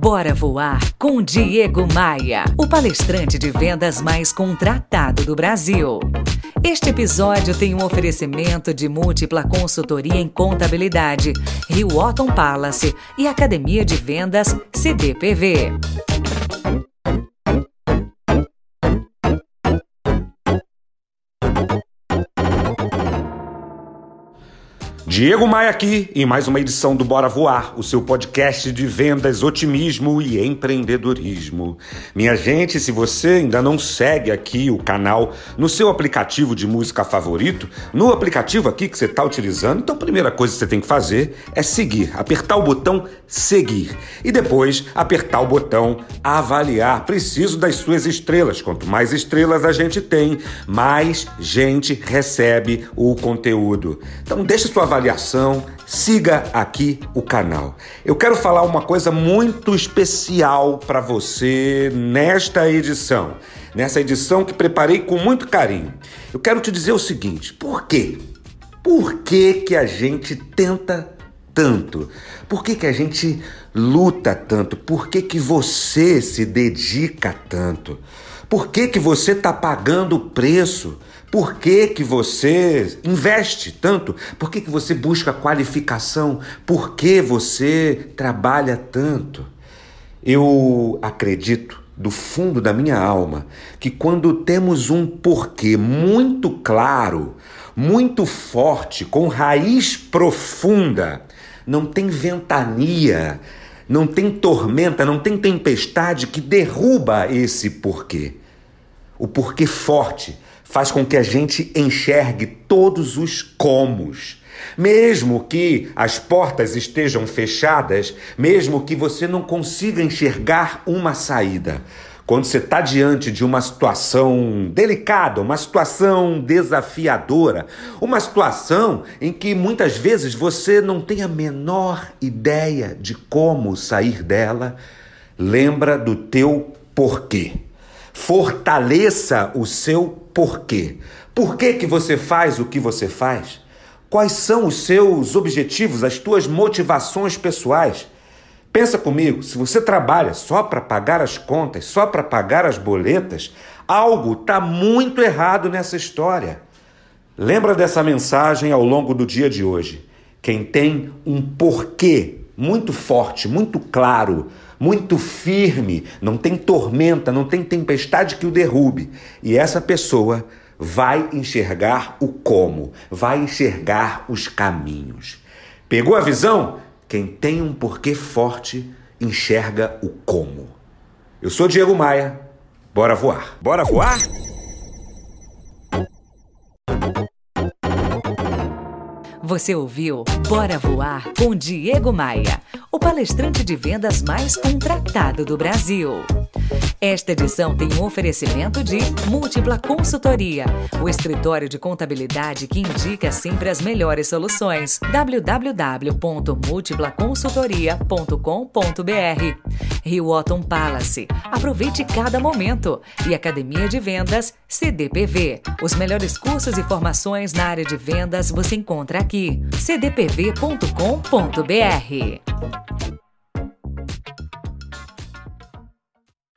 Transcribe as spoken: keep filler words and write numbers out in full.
Bora Voar com Diego Maia, o palestrante de vendas mais contratado do Brasil. Este episódio tem um oferecimento de Múltipla Consultoria em Contabilidade, Rio Otton Palace e Academia de Vendas C D P V. Diego Maia aqui em mais uma edição do Bora Voar, o seu podcast de vendas, otimismo e empreendedorismo. Minha gente, se você ainda não segue aqui o canal no seu aplicativo de música favorito, no aplicativo aqui que você está utilizando, então a primeira coisa que você tem que fazer é seguir, apertar o botão seguir e depois apertar o botão avaliar. Preciso das suas estrelas. Quanto mais estrelas a gente tem, mais gente recebe o conteúdo. Então deixa sua avaliação. Siga aqui o canal. Eu quero falar uma coisa muito especial para você nesta edição, nessa edição que preparei com muito carinho. Eu quero te dizer o seguinte: por quê? Por que que a gente tenta tanto? Por que que a gente luta tanto? Por que que você se dedica tanto? Por que que você está pagando o preço? Por que que você investe tanto? Por que que você busca qualificação? Por que você trabalha tanto? Eu acredito do fundo da minha alma que quando temos um porquê muito claro, muito forte, com raiz profunda, não tem ventania, não tem tormenta, não tem tempestade que derruba esse porquê. O porquê forte faz com que a gente enxergue todos os comos. Mesmo que as portas estejam fechadas, mesmo que você não consiga enxergar uma saída. Quando você está diante de uma situação delicada, uma situação desafiadora, uma situação em que muitas vezes você não tem a menor ideia de como sair dela, lembra do teu porquê. Fortaleça o seu porquê. Por que que você faz o que você faz? Quais são os seus objetivos, as tuas motivações pessoais? Pensa comigo, se você trabalha só para pagar as contas, só para pagar as boletas, algo está muito errado nessa história. Lembra dessa mensagem ao longo do dia de hoje. Quem tem um porquê muito forte, muito claro, muito firme, não tem tormenta, não tem tempestade que o derrube. E essa pessoa vai enxergar o como, vai enxergar os caminhos. Pegou a visão? Quem tem um porquê forte enxerga o como. Eu sou Diego Maia. Bora voar. Bora voar? Você ouviu Bora Voar com Diego Maia, o palestrante de vendas mais contratado do Brasil. Esta edição tem um oferecimento de Múltipla Consultoria, o escritório de contabilidade que indica sempre as melhores soluções. w w w ponto múltipla consultoria ponto com ponto b r. Rio Otton Palace, aproveite cada momento. E Academia de Vendas C D P V. Os melhores cursos e formações na área de vendas você encontra aqui. c d p v ponto com ponto b r.